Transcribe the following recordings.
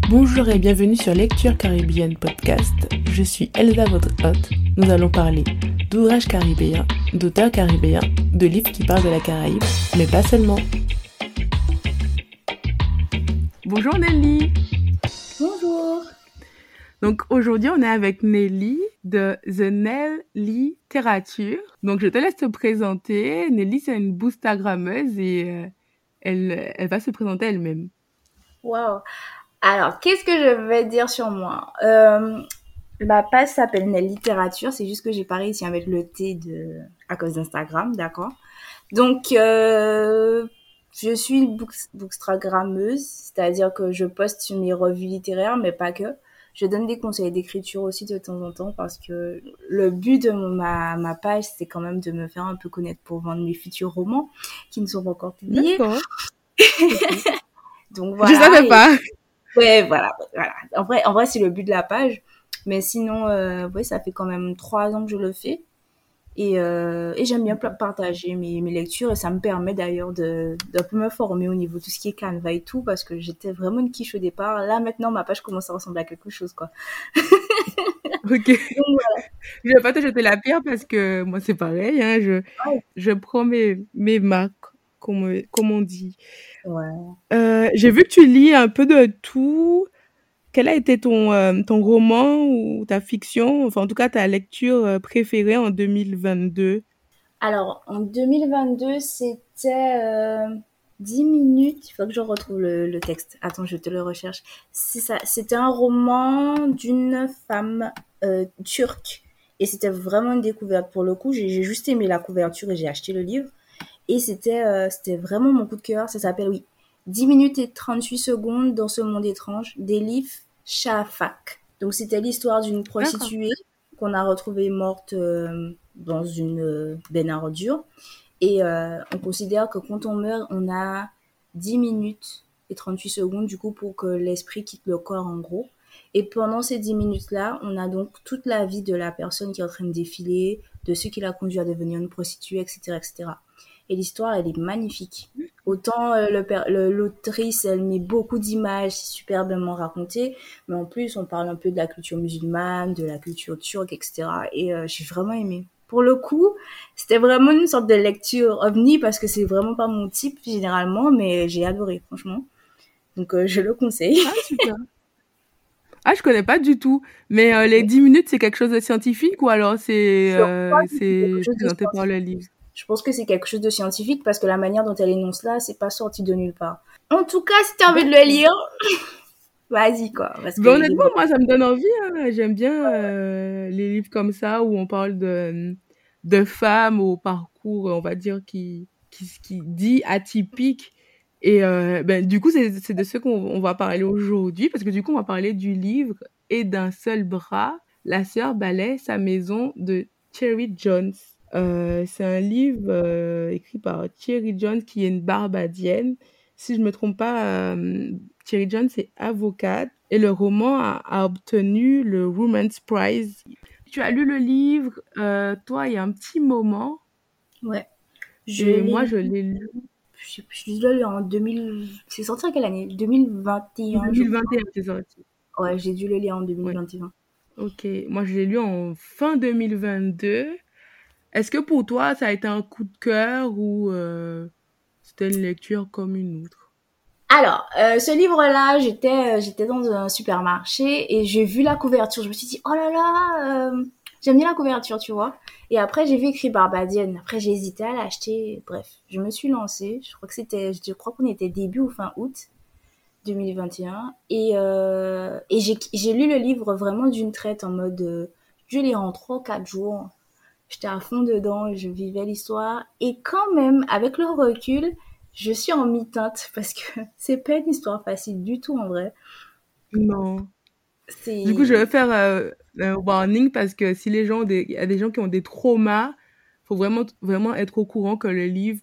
Bonjour et bienvenue sur Lecture Caribéenne Podcast. Je suis Elsa, votre hôte. Nous allons parler d'ouvrages caribéens, d'auteurs caribéens, de livres qui parlent de la Caraïbe, mais pas seulement. Bonjour Nelly. Bonjour. Donc aujourd'hui on est avec Nelly de The Nell Littérature. Donc je te laisse te présenter. Nelly c'est une boostagrammeuse et elle va se présenter elle-même. Wow. Alors, qu'est-ce que je vais dire sur moi? Ma page s'appelle Nell Littérature, c'est juste que j'ai pas réussi à mettre le T à cause d'Instagram, d'accord? Donc, je suis une bookstagrammeuse, c'est-à-dire que je poste mes revues littéraires, mais pas que. Je donne des conseils d'écriture aussi de temps en temps parce que le but de ma page, c'est quand même de me faire un peu connaître pour vendre mes futurs romans qui ne sont pas encore publiés. D'accord. Donc voilà. Je savais pas. Ouais, voilà. En vrai, c'est le but de la page. Mais sinon, ouais, ça fait quand même 3 ans que je le fais. Et j'aime bien partager mes lectures. Et ça me permet d'ailleurs d'un peu me former au niveau de tout ce qui est Canva et tout. Parce que j'étais vraiment une quiche au départ. Là, maintenant, ma page commence à ressembler à quelque chose, quoi. Ok. Donc voilà. Je vais pas te jeter la pierre parce que moi, c'est pareil. Hein, je prends mes marques, comme on dit. Ouais. J'ai vu que tu lis un peu de tout. Quel a été ton roman ou ta fiction, enfin en tout cas ta lecture préférée en 2022? Alors, en 2022, c'était 10 minutes. Il faut que je retrouve le texte. Attends, je te le recherche. C'est ça. C'était un roman d'une femme turque. Et c'était vraiment une découverte. Pour le coup, j'ai juste aimé la couverture et j'ai acheté le livre. Et c'était vraiment mon coup de cœur. Ça s'appelle, oui, 10 minutes et 38 secondes dans ce monde étrange d'Elif Shafak. Donc, c'était l'histoire d'une prostituée qu'on a retrouvée morte dans une benne à ordures. Et on considère que quand on meurt, on a 10 minutes et 38 secondes, du coup, pour que l'esprit quitte le corps, en gros. Et pendant ces 10 minutes-là, on a donc toute la vie de la personne qui est en train de défiler, de ce qui l'a conduit à devenir une prostituée, etc., etc. Et l'histoire, elle est magnifique. Autant l'autrice, elle met beaucoup d'images, c'est superbement raconté, mais en plus, on parle un peu de la culture musulmane, de la culture turque, etc. Et j'ai vraiment aimé. Pour le coup, c'était vraiment une sorte de lecture ovni parce que c'est vraiment pas mon type généralement, mais j'ai adoré, franchement. Donc, je le conseille. Ah, super. Ah, je connais pas du tout. Mais les 10 minutes, c'est quelque chose de scientifique ou alors Je crois que c'est quelque c'est chose de présenté par le scientifique. livre? Je pense que c'est quelque chose de scientifique parce que la manière dont elle énonce là, c'est pas sorti de nulle part. En tout cas, si t'as envie de le lire, vas-y, quoi. Parce que Ben, il est honnêtement, vraiment... moi, ça me donne envie. Hein. J'aime bien les livres comme ça où on parle de femmes au parcours, on va dire, qui dit atypique. Et ben, du coup, c'est de ce qu'on va parler aujourd'hui, parce que du coup, on va parler du livre Et d'un seul bras, la sœur balaie sa maison de Thierry Jones. C'est un livre écrit par Thierry Jones, qui est une Barbadienne. Si je me trompe pas, Thierry Jones est avocate et le roman a obtenu le Women's Prize. Tu as lu le livre, toi, il y a un petit moment, Ouais. Je et l'ai moi, lu, je l'ai lu je l'ai lu en 2000... C'est sorti en quelle année? en 2021, je crois. 2021, c'est sorti. Ouais, j'ai dû le lire en Ouais. 2021. Ok, moi, je l'ai lu en fin 2022. Est-ce que pour toi, ça a été un coup de cœur ou c'était une lecture comme une autre? Alors, ce livre-là, j'étais dans un supermarché et j'ai vu la couverture. Je me suis dit, oh là là, j'aime bien la couverture, tu vois. Et après, j'ai vu écrit Barbadienne. Après, j'ai hésité à l'acheter. Bref, je me suis lancée. Je crois qu'on était début ou fin août 2021. Et j'ai lu le livre vraiment d'une traite en mode, je l'ai en 3 ou 4 jours. J'étais à fond dedans et je vivais l'histoire. Et quand même, avec le recul, je suis en mi-teinte parce que c'est pas une histoire facile du tout en vrai. Non. Du coup, je vais C'est... faire un warning parce que si les gens il y a des gens qui ont des traumas, faut vraiment, vraiment être au courant que le livre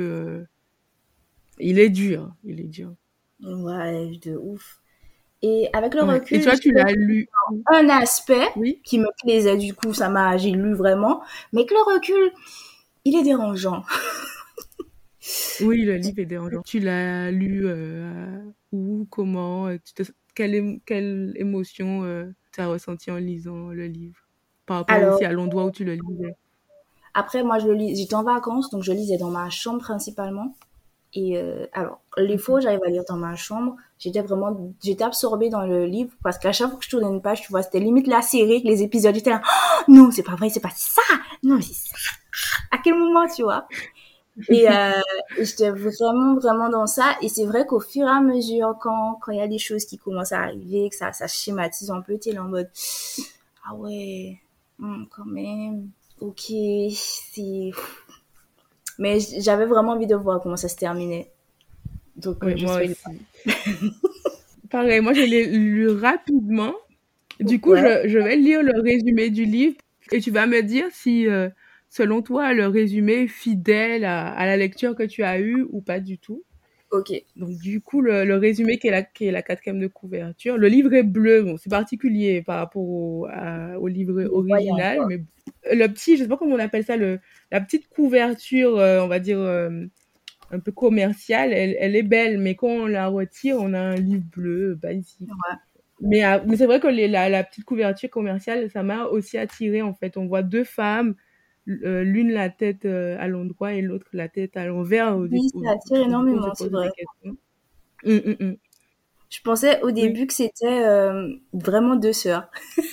il est dur, il est dur. Ouais, de ouf. Et avec le Ouais. Et recul, toi, tu l'as lu où? un aspect Oui? qui me plaisait, du coup, j'ai lu vraiment. Mais que le recul, il est dérangeant. Oui, le livre est dérangeant. Tu l'as lu où, comment, quelle émotion tu as ressenti en lisant le livre, par rapport Alors, aussi à l'endroit où tu le lisais. après, moi, je le lis, j'étais en vacances, donc je lisais dans ma chambre principalement. Et alors, les fois où Mhm. j'arrive à lire dans ma chambre, j'étais absorbée dans le livre parce qu'à chaque fois que je tournais une page, tu vois, c'était limite la série, les épisodes, j'étais là, oh, non, c'est pas vrai, c'est pas ça, non, mais c'est ça. À quel moment, tu vois? Et, euh, et j'étais vraiment, vraiment dans ça. Et c'est vrai qu'au fur et à mesure, quand il y a des choses qui commencent à arriver, que ça schématise un peu, t'es là en mode, ah ouais, quand même, ok, c'est... Mais j'avais vraiment envie de voir comment ça se terminait. Donc, Oui, je moi spoil. aussi. Pareil, moi, je l'ai lu rapidement. Du coup, Ouais, je vais lire le résumé du livre et tu vas me dire si, selon toi, le résumé est fidèle à la lecture que tu as eue ou pas du tout. ok. Donc, du coup, le résumé qui est la quatrième de couverture. Le livre est bleu. Bon, c'est particulier par rapport au livre Le voyant, original, quoi. mais le petit, je sais pas comment on appelle ça, la petite couverture, on va dire, un peu commerciale, elle est belle, mais quand on la retire, on a un livre bleu basique. Ouais. Mais c'est vrai que la petite couverture commerciale, ça m'a aussi attirée, en fait. On voit deux femmes, l'une la tête à l'endroit et l'autre la tête à l'envers. Oui, ça attire Du coup, on se énormément, c'est pose vrai. des questions. Hum, hum, hum. Je pensais au Oui, début que c'était vraiment deux sœurs.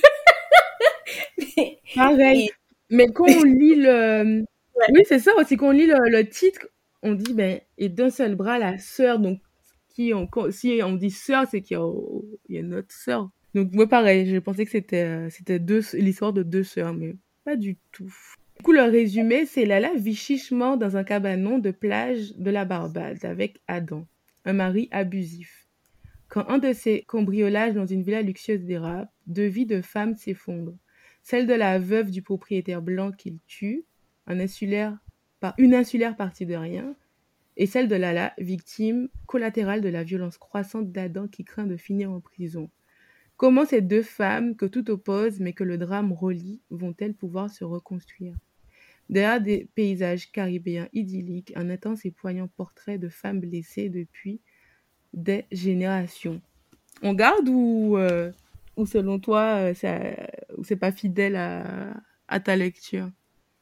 pareil. Et Mais quand on lit le... ouais, Oui, c'est ça aussi, quand on lit le titre, on dit, ben, et d'un seul bras, la sœur. Donc, si on dit sœur, c'est qu'il y a une autre sœur. Donc, moi, pareil, je pensais que c'était l'histoire de deux sœurs, mais pas du tout. Du coup, le résumé, c'est Lala vit chichement dans un cabanon de plage de la Barbade avec Adam, un mari abusif. Quand un de ses cambriolages dans une villa luxueuse dérape, deux vies de femmes s'effondrent. Celle de la veuve du propriétaire blanc qu'il tue, une insulaire partie de rien, et celle de Lala, victime collatérale de la violence croissante d'Adam qui craint de finir en prison. Comment ces deux femmes, que tout oppose mais que le drame relie, vont-elles pouvoir se reconstruire? Derrière des paysages caribéens idylliques, un intense et poignant portrait de femmes blessées depuis des générations. On garde ou selon toi, ou c'est pas fidèle à ta lecture?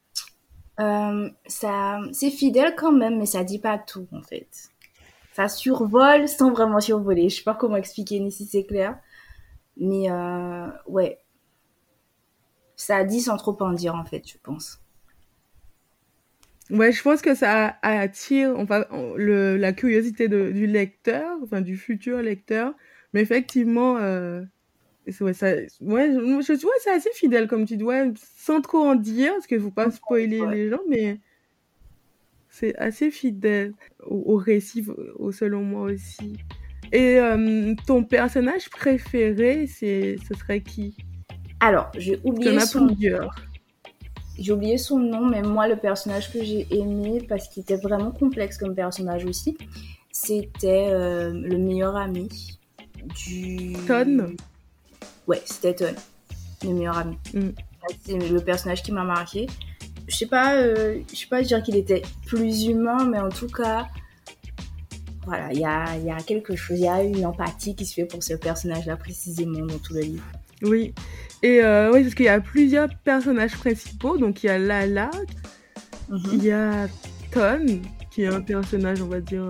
ça, c'est fidèle quand même, mais ça dit pas tout en fait. Ça survole sans vraiment survoler. Je sais pas comment expliquer ni si c'est clair, mais ouais, ça dit sans trop en dire en fait, je pense. Ouais, je pense que ça attire enfin, la curiosité du lecteur, enfin du futur lecteur. Mais effectivement, ouais, ouais, c'est assez fidèle, comme tu dis, ouais, sans trop en dire, parce qu'il ne faut pas spoiler Ouais. les gens, mais c'est assez fidèle au récit, selon moi aussi. Et ton personnage préféré, ce serait qui? Alors, Parce qu'il y en a plusieurs. j'ai oublié son nom, mais moi, le personnage que j'ai aimé, parce qu'il était vraiment complexe comme personnage aussi, c'était le meilleur ami Ton. du... Ouais, c'était Ton, le meilleur ami. Mm. C'est le personnage qui m'a marqué. Je sais pas dire qu'il était plus humain, mais en tout cas, voilà, il y a quelque chose, il y a une empathie qui se fait pour ce personnage-là précisément dans tout le livre. Oui. Et oui, parce qu'il y a plusieurs personnages principaux. Donc, il y a Lala, il y a Ton, qui est un personnage, on va dire,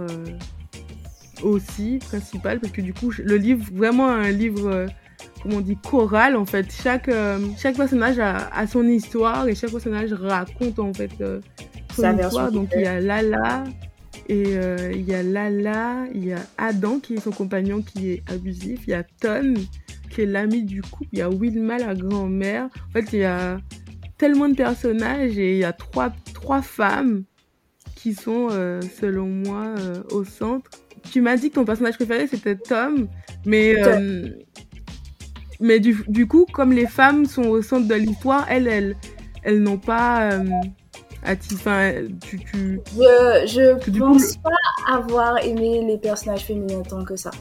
aussi principal. Parce que du coup, le livre, vraiment un livre, comment on dit, choral, en fait. Chaque personnage a son histoire et chaque personnage raconte, en fait, son Sa version histoire. Donc, il y littéraire. a Lala. Et il y a Adam qui est son compagnon qui est abusif, il y a Ton qui est l'ami du couple, il y a Wilma la grand-mère. En fait, il y a tellement de personnages et il y a trois femmes qui sont, selon moi, au centre. Tu m'as dit que ton personnage préféré c'était Tom, mais, Ton. mais du coup, comme les femmes sont au centre de l'histoire, elles n'ont pas... enfin, Je du coup, pense pas avoir aimé les personnages féminins tant que ça.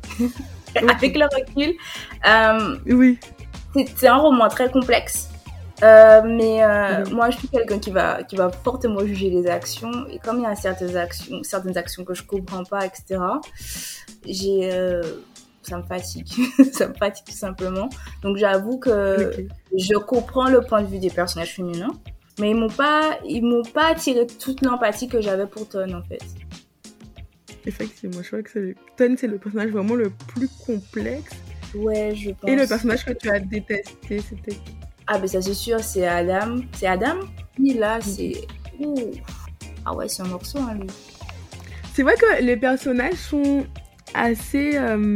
okay. Avec le recul, Oui. c'est un roman très complexe. Donc, Moi, je suis quelqu'un qui va fortement juger les actions. Et comme il y a certaines actions que je comprends pas, etc., j'ai, ça me fatigue. Ça me fatigue tout simplement. Donc, j'avoue que ok. je comprends le point de vue des personnages féminins. Mais ils m'ont pas attiré toute l'empathie que j'avais pour Ton, en fait. Effectivement, je crois que Ton, c'est le personnage vraiment le plus complexe. Ouais, je Et le pense. personnage que tu as détesté, c'était qui? Ah, ben ça, c'est sûr, c'est Adam. C'est Adam? Lui, là, Ok. c'est... Ouh. Ah ouais, c'est un morceau, hein, lui. C'est vrai que les personnages sont assez...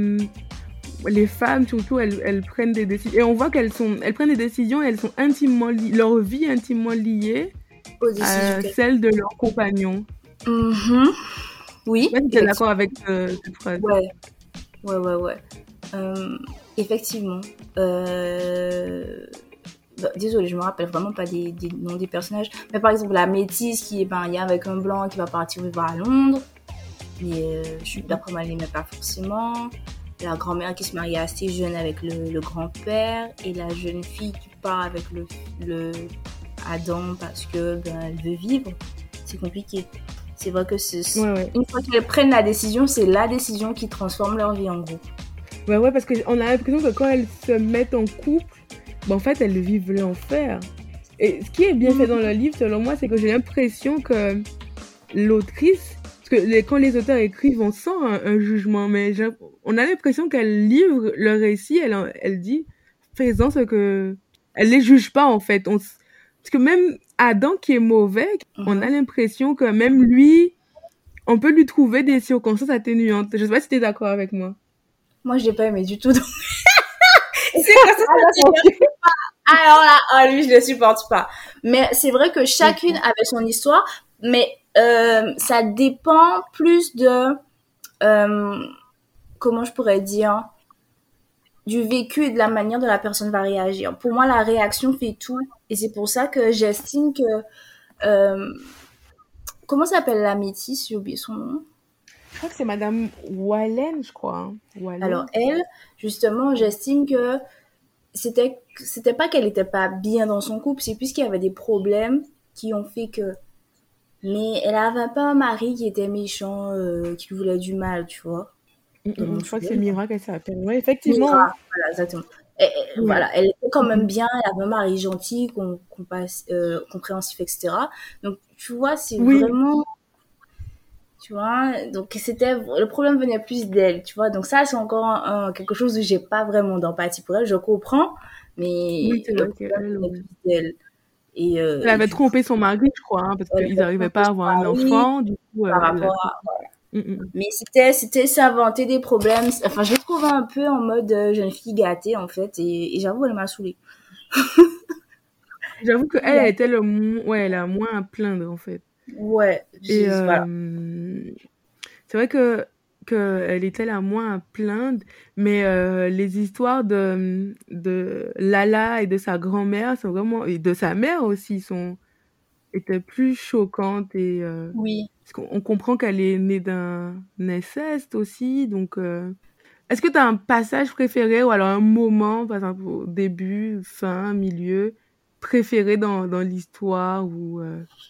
les femmes, surtout, elles prennent des décisions. Et on voit elles prennent des décisions et elles sont intimement liées, leur vie est intimement liée Aux décisions à qu'elle... celle de leur compagnon. Mhm. Je sais Oui, pas si tu es d'accord effectivement. avec cette phrase. Ouais, ouais. Euh, effectivement. Euh... Désolée, je me rappelle vraiment pas des noms des personnages. Mais par exemple, la métisse qui est mariée avec un blanc qui va partir vivre à Londres. Mais je suis d'après moi, elle l'aimait pas forcément. La grand-mère qui se marie assez jeune avec le grand-père. Et la jeune fille qui part avec le Adam parce que ben, elle veut vivre. C'est compliqué. C'est vrai que Ouais, ouais. une fois qu'elles prennent la décision, c'est la décision qui transforme leur vie en gros. Ouais, ouais, parce qu'on a l'impression que quand elles se mettent en couple, ben, en fait, elles vivent l'enfer. Et ce qui est bien fait dans le livre, selon moi, c'est que j'ai l'impression que l'autrice, parce que quand les auteurs écrivent, on sent un jugement, mais on a l'impression qu'elle livre le récit, elle dit, fais-en ce que... Elle les juge pas, en fait. Parce que même Adam, qui est mauvais, on a Mhm. l'impression que même lui, on peut lui trouver des circonstances atténuantes. Je sais pas si t'es d'accord avec moi. Moi, je l'ai pas aimé du tout. Donc... c'est quoi ça? Ah, d'accord, ok. Alors là, oh, lui, je le supporte pas. Mais c'est vrai que chacune Ok. avait son histoire, mais ça dépend plus de, euh, comment je pourrais dire, du vécu et de la manière dont la personne va réagir. Pour moi, la réaction fait tout. Et c'est pour ça que j'estime que... euh, comment s'appelle la métisse? J'ai oublié son nom. Je crois que c'est Madame Wallen, je crois. Hein. Alors, Wallen. elle, justement, j'estime que c'était pas qu'elle était pas bien dans son couple, c'est plus qu'il y avait des problèmes qui ont fait que... Mais elle avait pas un mari qui était méchant, qui lui voulait du mal, tu vois, dans mon Je crois que c'est souvenir. Mira qu'elle s'appelle. Ouais, effectivement. Hein. Mira, voilà, exactement. Oui. Voilà, elle était quand Mm, même mm. bien, elle avait un mari gentil, compréhensif, etc. Donc, tu vois, c'est Oui, vraiment, tu vois, donc le problème venait plus d'elle, tu vois. Donc ça, c'est encore quelque chose où j'ai pas vraiment d'empathie pour elle, je comprends, oui, mais c'est le vrai problème qu'elle, venait plus d'elle. elle Et avait du coup, trompé son mari, je crois, hein, parce elle qu'ils avait n'arrivaient trompé pas à son avoir un mari enfant. Du coup, par elle l'a rapport à... trompé. Mm. Mais c'était s'inventer des problèmes. Enfin, je l'ai trouvé un peu en mode jeune fille gâtée, en fait, et j'avoue, elle m'a saoulée. J'avoue qu'elle, elle était ouais, elle a moins à plaindre, en fait. Ouais, Et voilà. c'est vrai que elle était la moins à plaindre, mais les histoires de Lala et de sa grand-mère sont vraiment, et de sa mère aussi, étaient plus choquantes et Oui. parce qu'on on comprend qu'elle est née d'un inceste aussi, donc est-ce que tu as un passage préféré ou alors un moment, par exemple au début, fin, milieu, préféré dans l'histoire ou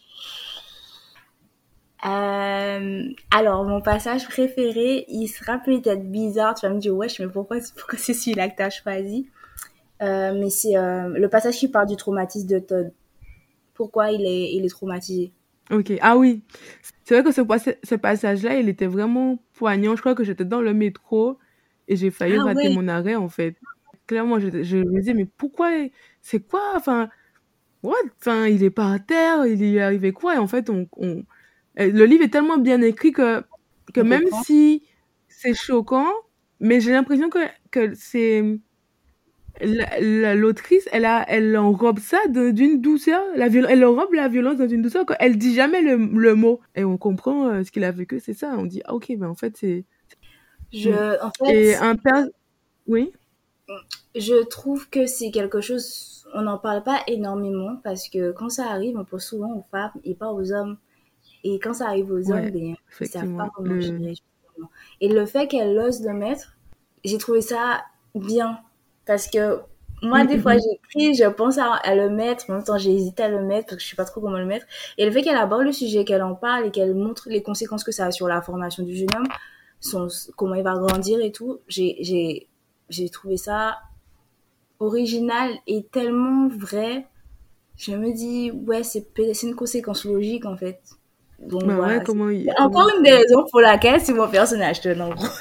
Alors, mon passage préféré, il sera peut-être bizarre. Tu vas me dire, wesh, mais pourquoi c'est celui-là que t'as choisi? Mais c'est le passage qui parle du traumatisme de Todd. Pourquoi il est traumatisé? OK. Ah oui, c'est vrai que ce passage-là, il était vraiment poignant. Je crois que j'étais dans le métro et j'ai failli Ah rater ouais, mon arrêt, en fait. Clairement, je me disais: «Mais pourquoi? C'est quoi? Enfin, what? Enfin, il est par terre, il lui est arrivé quoi?» Et en fait, le livre est tellement bien écrit que on même comprend. si c'est choquant, mais j'ai l'impression que c'est l'autrice, elle enrobe ça d'une douceur, elle enrobe la violence dans une douceur qu'elle dit jamais le mot. Et on comprend ce qu'il a vécu, c'est ça. On dit, ah ok, ben en fait, c'est... Mm. En Et fait, un père... Oui, je trouve que c'est quelque chose, on n'en parle pas énormément parce que quand ça arrive, on pense souvent aux femmes et pas aux hommes. Et quand ça arrive aux hommes, ouais, ben, ils savent pas effectivement. comment gérer, justement. Et le fait qu'elle ose le mettre, j'ai trouvé ça bien. Parce que Moi, Mm, des fois, mm, j'écris, je pense à le mettre. En même temps, j'hésite à le mettre parce que je sais pas trop comment le mettre. Et le fait qu'elle aborde le sujet, qu'elle en parle et qu'elle montre les conséquences que ça a sur la formation du jeune homme, comment il va grandir et tout, j'ai trouvé ça original et tellement vrai. Je me dis, ouais, c'est une conséquence logique, en fait. Donc Bah ouais, voilà. C'est comment encore il une des peut. raisons pour laquelle c'est mon personnage, en gros.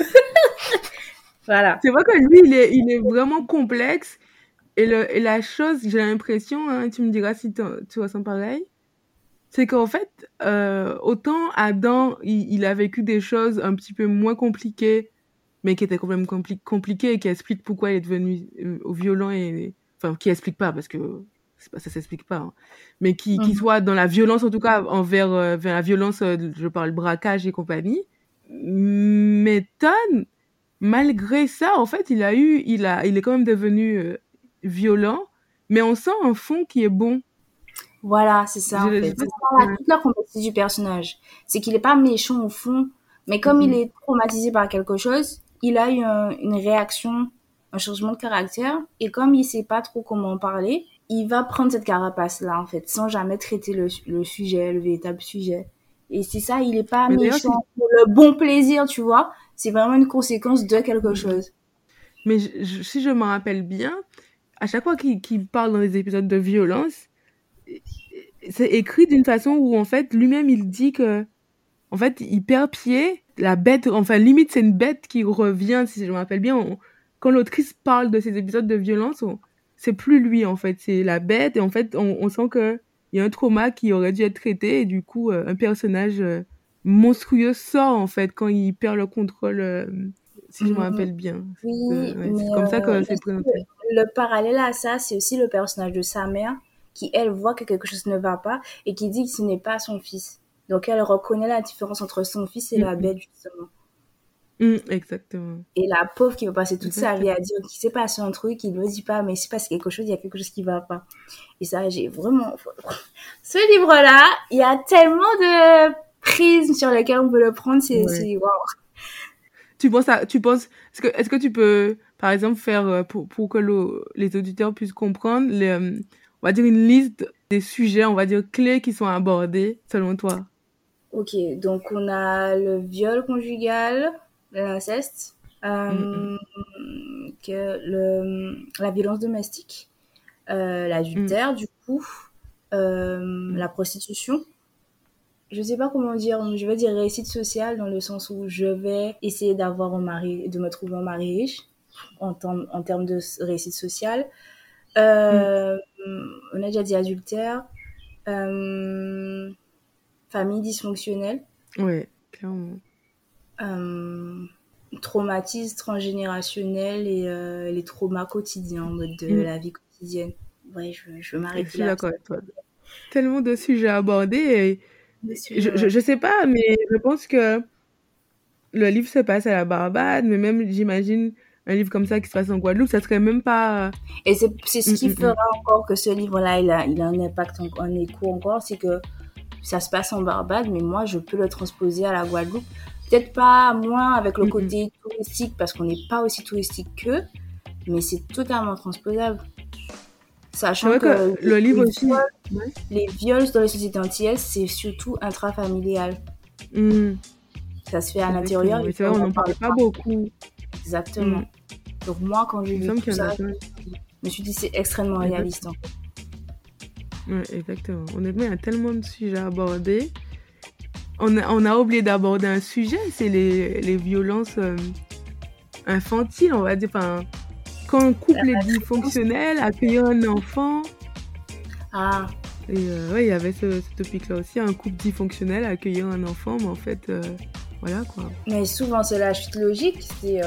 Voilà. C'est vrai que lui, il est vraiment complexe. Et la chose, j'ai l'impression, hein, tu me diras si tu ressens pareil, c'est qu'en fait, autant Adam, il a vécu des choses un petit peu moins compliquées, mais qui étaient quand même compliquées et qui expliquent pourquoi il est devenu violent enfin, qui explique pas, parce que ça s'explique pas, hein, mais qui Mhm. soit dans la violence, en tout cas, vers la violence, je parle braquage et compagnie. Mais Ton, malgré ça, en fait, il est quand même devenu violent, mais on sent un fond qui est bon. Voilà, c'est ça en Je sais fait. pas C'est si... ça Ouais. toute la complexité du personnage. C'est qu'il est pas méchant au fond, mais comme il Mhm. est traumatisé par quelque chose, il a eu une réaction, un changement de caractère, et comme il sait pas trop comment en parler, il va prendre cette carapace-là en fait, sans jamais traiter le sujet, le véritable sujet. Et c'est ça, il est pas Mais d'ailleurs, méchant pour le bon plaisir, tu vois. C'est vraiment une conséquence de quelque Mhm. chose. Mais si je me rappelle bien, à chaque fois qu'il parle dans les épisodes de violence, c'est écrit d'une façon où, en fait, lui-même, il dit que, en fait, il perd pied, la bête, enfin, limite, c'est une bête qui revient, si je me rappelle bien. Quand l'autrice parle de ces épisodes de violence, c'est plus lui, en fait, c'est la bête, et en fait, on sent que il y a un trauma qui aurait dû être traité, et du coup, un personnage monstrueux sort, en fait, quand il perd le contrôle, si je me Hum, rappelle bien. Oui, Ouais, mais c'est comme ça que il y a c'est aussi présenté. le parallèle à ça, c'est aussi le personnage de sa mère qui, elle, voit que quelque chose ne va pas et qui dit que ce n'est pas son fils. Donc, elle reconnaît la différence entre son fils et Mm, la mm, bête, justement. exactement. Et la pauvre qui va passer toute sa vie Exactement. à dire qu'il s'est passé un truc, il ne le dit pas, mais s'il passe quelque chose, il y a quelque chose qui va pas. Et ça, j'ai vraiment... Ce livre-là, il y a tellement de prises sur lesquelles on peut le prendre, Ouais. c'est waouh. Est-ce que tu peux, par exemple, faire, pour que les auditeurs puissent comprendre, on va dire une liste des sujets, on va dire, clés qui sont abordés, selon toi? Ok, donc on a le viol conjugal, l'inceste, Mm, mm, la violence domestique, mm, l'adultère du coup, mm. la prostitution. Je sais pas comment dire, je vais dire réussite sociale dans le sens où je vais essayer d'avoir un mari, de me trouver un mari riche en termes de réussite sociale. Mm. Euh, on a déjà dit adultère, euh, famille dysfonctionnelle. Ouais, clairement. euh, Traumatisme transgénérationnel et les traumas quotidiens en mode de Mm. la vie quotidienne. Ouais, je vais Je m'arrêter suis là. d'accord avec toi. Tellement de sujets abordés. Le Et sujet, ouais. je sais pas, mais je pense que le livre se passe à la Barbade, mais même, j'imagine, un livre comme ça qui se passe en Guadeloupe, ça serait même pas... Et c'est ce Mm, qui mm, fera mm. encore que ce livre-là, il a un impact, un écho encore, c'est que ça se passe en Barbade, mais moi, je peux le transposer à la Guadeloupe. Peut-être pas moins avec le Mm, mm. côté touristique, parce qu'on n'est pas aussi touristique qu'eux, mais c'est totalement transposable. C'est Sachant vrai que que le livre aussi... Ouais. les viols dans les sociétés antillaises, c'est surtout intrafamilial. Mm. Ça se fait à l'intérieur Exactement. et Et puis c'est vrai, on on n'en n'en parle parle pas pas. beaucoup. Exactement. Mm. Donc moi, quand j'ai Il me lu semble tout qu'il y en a ça, plein. je me suis dit c'est extrêmement réaliste, Exactement. en fait. Ouais, exactement. Honnêtement, il y a tellement de sujets à aborder. On a oublié d'aborder un sujet, c'est les violences infantiles, on va dire. Enfin, quand un La couple est maltraitance. dysfonctionnel, accueillir un enfant. Ah, Et ouais, il y avait ce topic-là aussi, un couple dysfonctionnel, accueillir un enfant, mais en fait, voilà quoi. mais souvent c'est la chute logique, c'est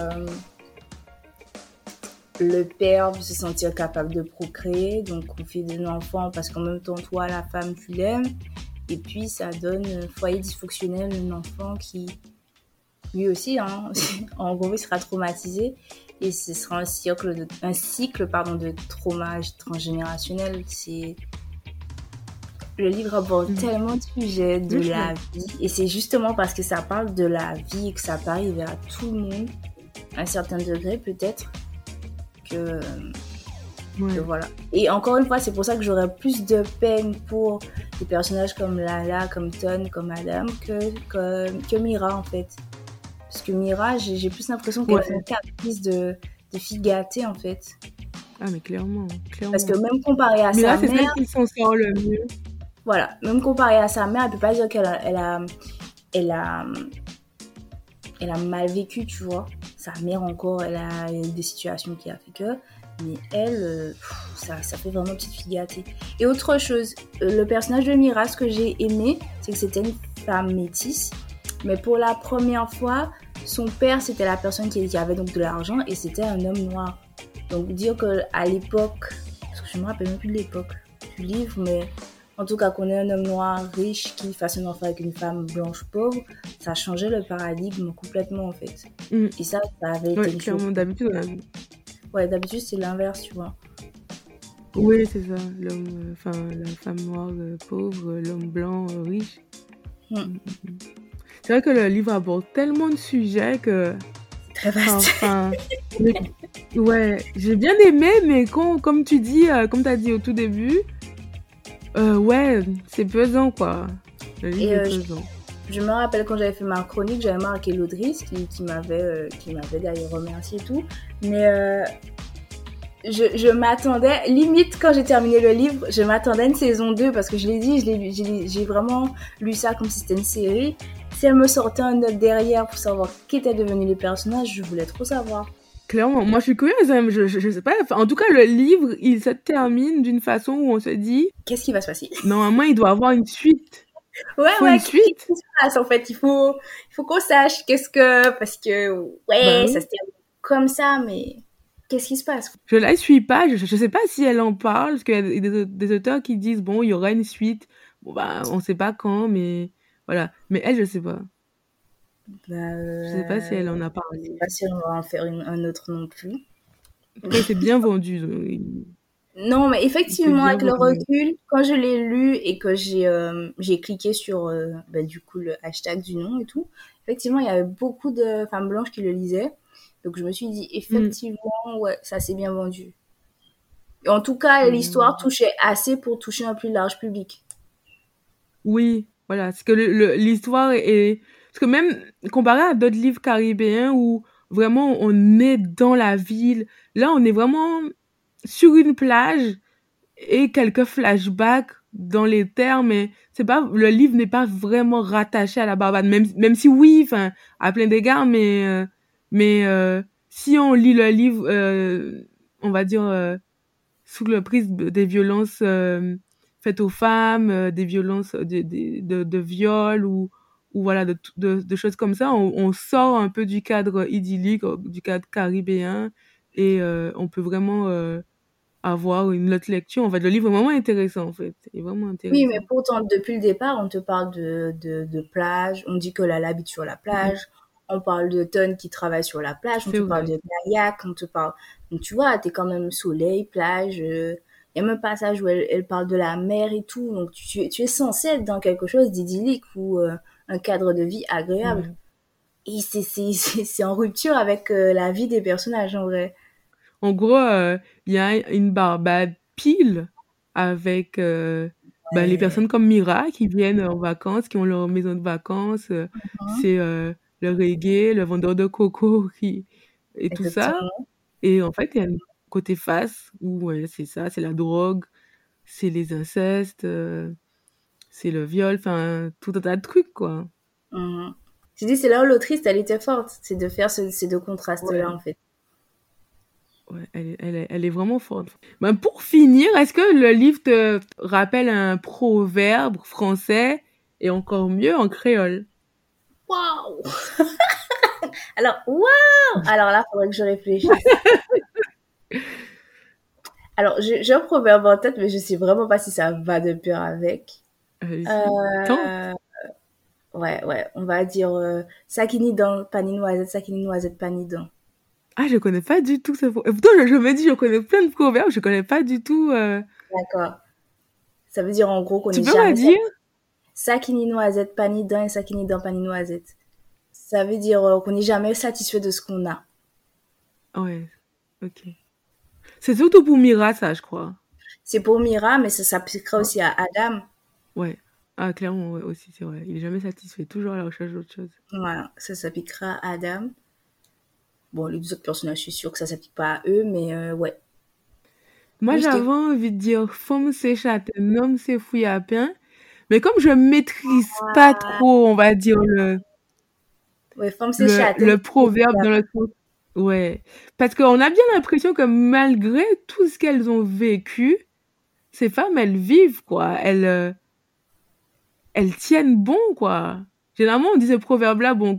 le père veut se sentir capable de procréer, donc confier des enfants parce qu'en même temps toi la femme tu l'aimes, et puis ça donne foyer dysfonctionnel, un enfant qui lui aussi, hein, en gros, il sera traumatisé et ce sera un cycle pardon, de trauma transgénérationnel. Le livre aborde Mhm. tellement de sujets Oui, de je suis la d'accord. vie et c'est justement parce que ça parle de la vie et que ça peut arriver à tout le monde, à un certain degré peut-être, que Ouais. Donc voilà. Et encore une fois, c'est pour ça que j'aurais plus de peine pour des personnages comme Lala, comme Ton, comme Adam que Mira en fait. Parce que Mira, j'ai plus l'impression qu'elle fait Ouais. un caprice de fille gâtée en fait. Ah, mais clairement, Parce que clairement. même comparé à Mais sa là, c'est mère, celle qui s'en sort le mieux. voilà, même comparé à sa mère, elle peut pas dire elle a, elle a mal vécu, tu vois. Sa mère encore, elle a eu des situations qui a fait que, mais elle, ça fait vraiment petite fille gâtée. Et autre chose, le personnage de Mira, ce que j'ai aimé, c'est que c'était une femme métisse, mais pour la première fois, son père, c'était la personne qui avait donc de l'argent et c'était un homme noir. Donc dire que à l'époque, parce que je me rappelle même plus de l'époque du livre, mais en tout cas qu'on ait un homme noir riche qui fasse un enfant avec une femme blanche pauvre, ça changeait le paradigme complètement en fait. Mm. Et ça avait été Ouais, une chose. clairement, d'habitude, on a vu. Ouais, d'habitude c'est l'inverse, tu vois. Oui, c'est ça. L'homme, enfin, la femme noire pauvre, l'homme blanc riche. Hmm. Mm, mm, mm. C'est vrai que le livre aborde tellement de sujets que, Très vaste. enfin, ouais, j'ai bien aimé, mais comme tu dis, comme t'as dit au tout début, ouais, c'est pesant, quoi. Le livre Et est pesant. je me rappelle quand j'avais fait ma chronique, j'avais marqué l'autrice qui m'avait d'ailleurs remercié et tout. Mais je m'attendais, limite quand j'ai terminé le livre, je m'attendais à une saison 2 parce que je l'ai dit, j'ai vraiment lu ça comme si c'était une série. Si elle me sortait un note derrière pour savoir qui étaient devenus les personnages, je voulais trop savoir. Clairement, moi je suis curieuse, hein, je sais pas, enfin, en tout cas le livre, il se termine d'une façon où on se dit, Qu'est-ce qui va se passer? normalement il doit avoir une suite. Ouais, Faut une ouais, qu'est-ce suite? qui se passe en fait? Il faut qu'on sache qu'est-ce que. Parce que, Bah ouais, ça oui. se termine comme ça, mais qu'est-ce qui se passe? Je la suis pas, je sais pas si elle en parle, parce qu'il y a des auteurs qui disent, bon, il y aura une suite. Bon, bah, on sait pas quand, mais voilà. Mais elle, je sais pas. Bah, Je sais pas si elle en a je sais parlé. pas si on va en faire un autre non plus. En tout cas, c'est bien vendu. Non, mais C'est effectivement, bien avec le vendu. recul, quand je l'ai lu et que j'ai cliqué sur bah, du coup le hashtag du nom et tout, effectivement, il y avait beaucoup de femmes blanches qui le lisaient. Donc je me suis dit, Mm, effectivement, ouais, ça s'est bien vendu. Et en tout cas, c'est bien l'histoire vendu. touchait assez pour toucher un plus large public. Oui, voilà. C'est que l'histoire est... Parce que même comparé à d'autres livres caribéens où vraiment on est dans la ville, là on est vraiment sur une plage et quelques flashbacks dans les termes, mais c'est pas, le livre n'est pas vraiment rattaché à la Barbade, même si oui, enfin, à plein d'égards, mais si on lit le livre, on va dire, sous le prisme des violences faites aux femmes, des violences de viol ou voilà de choses comme ça, on sort un peu du cadre idyllique, du cadre caribéen et on peut vraiment avoir une autre lecture. En fait, le livre est vraiment intéressant, en fait. Il est vraiment Oui, mais intéressant. pourtant, depuis le départ, on te parle de plage, on dit que Lala habite sur la Mm. plage, on parle de Ton qui travaille sur la plage, on C'est te parle vrai. de kayak, on te parle... Donc, tu vois, t'es quand même soleil, plage, il y a même un passage où elle parle de la mer et tout, donc tu es censé être dans quelque chose d'idyllique ou un cadre de vie agréable. Ouais. Et c'est en rupture avec la vie des personnages, en vrai. En gros, il y a une Barbade pile avec ben, les Ouais. personnes comme Mira qui viennent en vacances, qui ont leur maison de vacances. Mhm. C'est le reggae, le vendeur de coco et tout ça. Exactement. Et en fait, il y a un côté face où ouais, c'est ça, c'est la drogue, c'est les incestes, c'est le viol, enfin, tout un tas de trucs, quoi. Mhm. J'ai dit, c'est là où l'autrice, elle était forte, c'est de faire ces deux Ouais. contrastes-là, en fait. Ouais, elle est vraiment forte. Ben, pour finir, est-ce que le livre te rappelle un proverbe français et encore mieux en créole? Waouh! Alors, waouh! Alors là, faudrait que je réfléchisse. Alors, j'ai un proverbe en tête, mais je sais vraiment pas si ça va de pair avec. Allez-y, Euh, tente. ouais, ouais, on va dire Sakini dans pani noisette, Sakini noisette pani dans. Ah, je connais pas du tout ce proverbe. Et pourtant, je me dis, je connais plein de proverbes, je connais pas du tout. D'accord. Ça veut dire en gros qu'on Tu n'est peux me jamais dire? Sakini noisette pani dans et Sakini dans pani noisette. Ça veut dire qu'on n'est jamais satisfait de ce qu'on a. Ouais, ok. C'est surtout pour Mira, ça, je crois. C'est pour Mira, mais ça s'appliquera aussi à Adam. Ouais. Ah, clairement, ouais, aussi, c'est vrai. Il est jamais satisfait, toujours à la recherche d'autre chose. Voilà, ça s'appliquera à Adam. Bon, les deux autres personnages, je suis sûre que ça s'applique pas à eux, mais ouais. Moi, Oui, je j'avais t'ai... envie de dire femme c'est châtain, homme c'est fouille à pain. Mais comme je maîtrise pas trop, on va dire, Ouais, femme c'est châtaigne. le proverbe dans le sens. Ouais. Parce qu'on a bien l'impression que malgré tout ce qu'elles ont vécu, ces femmes, elles vivent, quoi. Elles tiennent bon, quoi. Généralement, on dit ce proverbe-là, bon,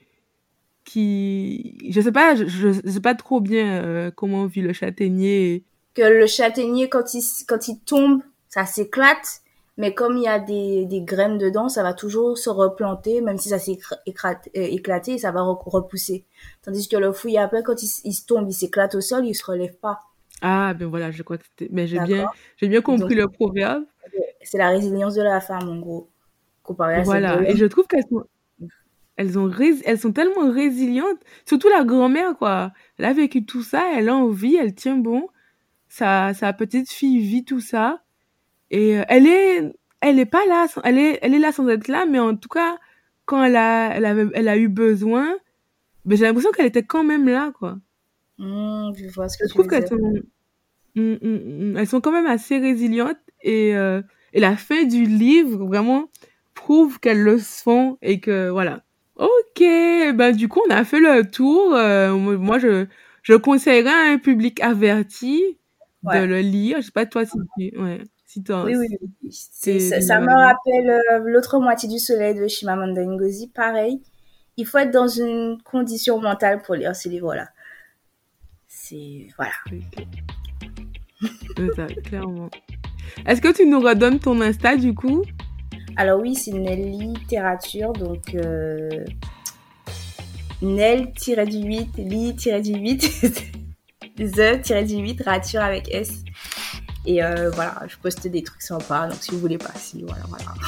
je sais pas, je sais pas trop bien comment vit le châtaignier. Que le châtaignier, quand il tombe, ça s'éclate. Mais comme il y a des graines dedans, ça va toujours se replanter, même si ça s'est éclaté, ça va repousser. Tandis que le fouille à pain, quand il se tombe, il s'éclate au sol, il se relève pas. Ah, ben voilà, je crois que c'était. Mais D'accord? j'ai bien Donc, compris le proverbe. c'est la résilience de la femme, en gros, comparé à celle de Voilà. Et l'homme. je trouve elles sont tellement résilientes. Est la grand-mère, quoi. Elle a vécu tout ça, elle a envie, elle tient bon. Sa petite fille vit tout ça. Et elle est pas là, elle est là sans être là, mais en tout cas, quand elle a eu besoin, ben, j'ai l'impression qu'elle était quand même là, quoi. Je vois ce que Je tu trouve veux qu'elles dire. sont, elles sont quand même assez résilientes et la fin du livre vraiment prouve qu'elles le sont et que voilà. Ok, ben du coup on a fait le tour. Moi je conseillerais à un public averti de Ouais. le lire. Je sais pas toi si Oui, oui, oui. t'es Ça déjà me allé. rappelle l'autre moitié du soleil de Chimamanda Ngozi. Pareil, il faut être dans une condition mentale pour lire ce livre-là. Voilà. Ok. Ça, clairement. Est-ce que tu nous redonnes ton Insta du coup? Alors oui, c'est une littérature, donc Nel-8, li-8, the-8, rature avec S. Et voilà, je poste des trucs sympas, donc si vous voulez passer, voilà.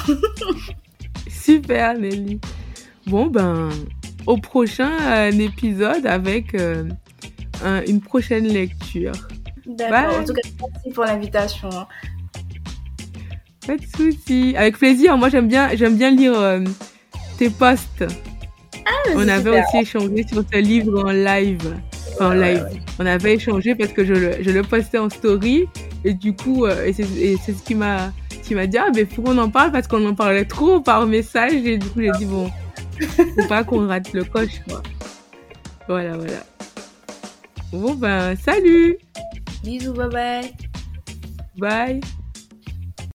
Super Nelly. Bon ben au prochain épisode avec une prochaine lecture. D'accord, en Bye. tout cas, merci pour l'invitation. Pas de souci. Avec plaisir. Moi j'aime bien lire tes posts. Ah, mais On c'est avait super. aussi échangé sur ce livre en live. Enfin en live. Ouais. On avait échangé parce que je le postais en story et du coup c'est ce qui m'a dit ah mais faut qu'on en parle parce qu'on en parlait trop par message et du coup j'ai dit bon faut pas qu'on rate le coche quoi. Voilà. Bon ben salut. Bisous, bye bye. Bye.